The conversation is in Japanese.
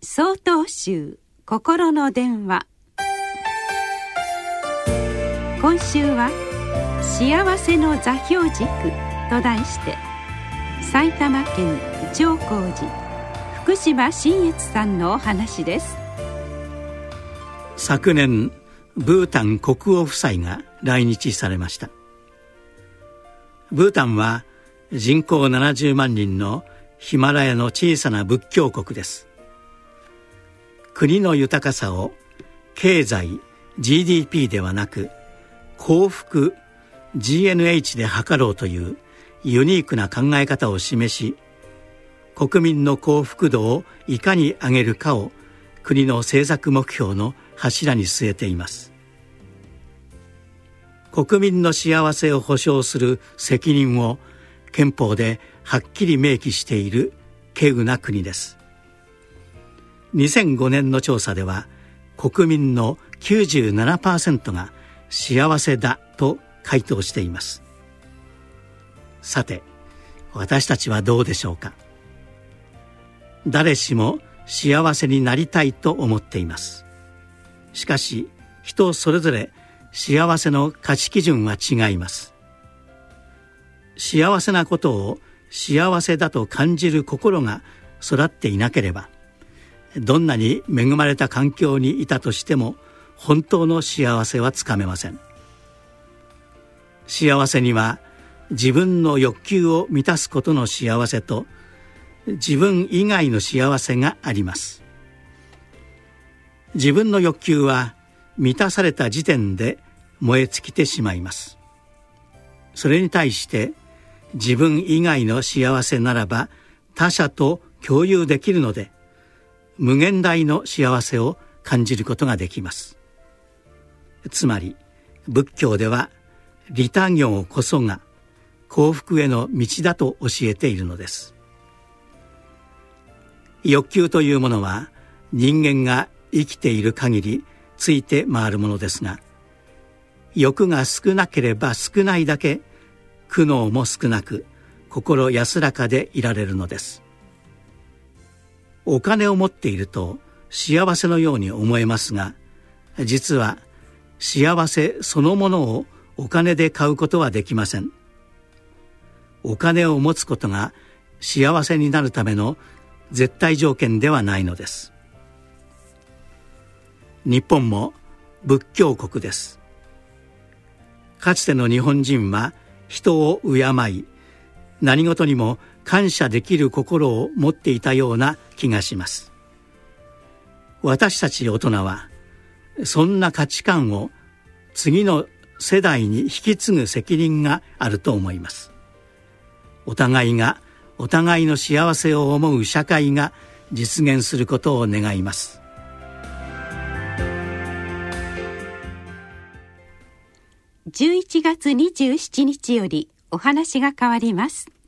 総統集心の電話。今週は幸せの座標軸と題して、埼玉県長光寺福島真悦さんのお話です。 昨年ブータン国王夫妻が来日されました。ブータンは人口70万人のヒマラヤの小さな仏教国です。国の豊かさを経済 GDP ではなく幸福 GNH で測ろうというユニークな考え方を示し、国民の幸福度をいかに上げるかを国の政策目標の柱に据えています。国民の幸せを保障する責任を憲法ではっきり明記している稀有な国です。2005年の調査では国民の 97% が幸せだと回答しています。さて、私たちはどうでしょうか。誰しも幸せになりたいと思っています。しかし人それぞれ幸せの価値基準は違います。幸せなことを幸せだと感じる心が育っていなければ、どんなに恵まれた環境にいたとしても本当の幸せはつかめません。幸せには自分の欲求を満たすことの幸せと自分以外の幸せがあります。自分の欲求は満たされた時点で燃え尽きてしまいます。それに対して自分以外の幸せならば他者と共有できるので、無限大の幸せを感じることができます。つまり仏教では利他行こそが幸福への道だと教えているのです。欲求というものは人間が生きている限りついて回るものですが、欲が少なければ少ないだけ苦悩も少なく心安らかでいられるのです。お金を持っていると幸せのように思えますが、実は幸せそのものをお金で買うことはできません。お金を持つことが幸せになるための絶対条件ではないのです。日本も仏教国です。かつての日本人は人を敬い、何事にも感謝できる心を持っていたような気がします。私たち大人はそんな価値観を次の世代に引き継ぐ責任があると思います。お互いがお互いの幸せを思う社会が実現することを願います。 11月27日よりお話が変わります。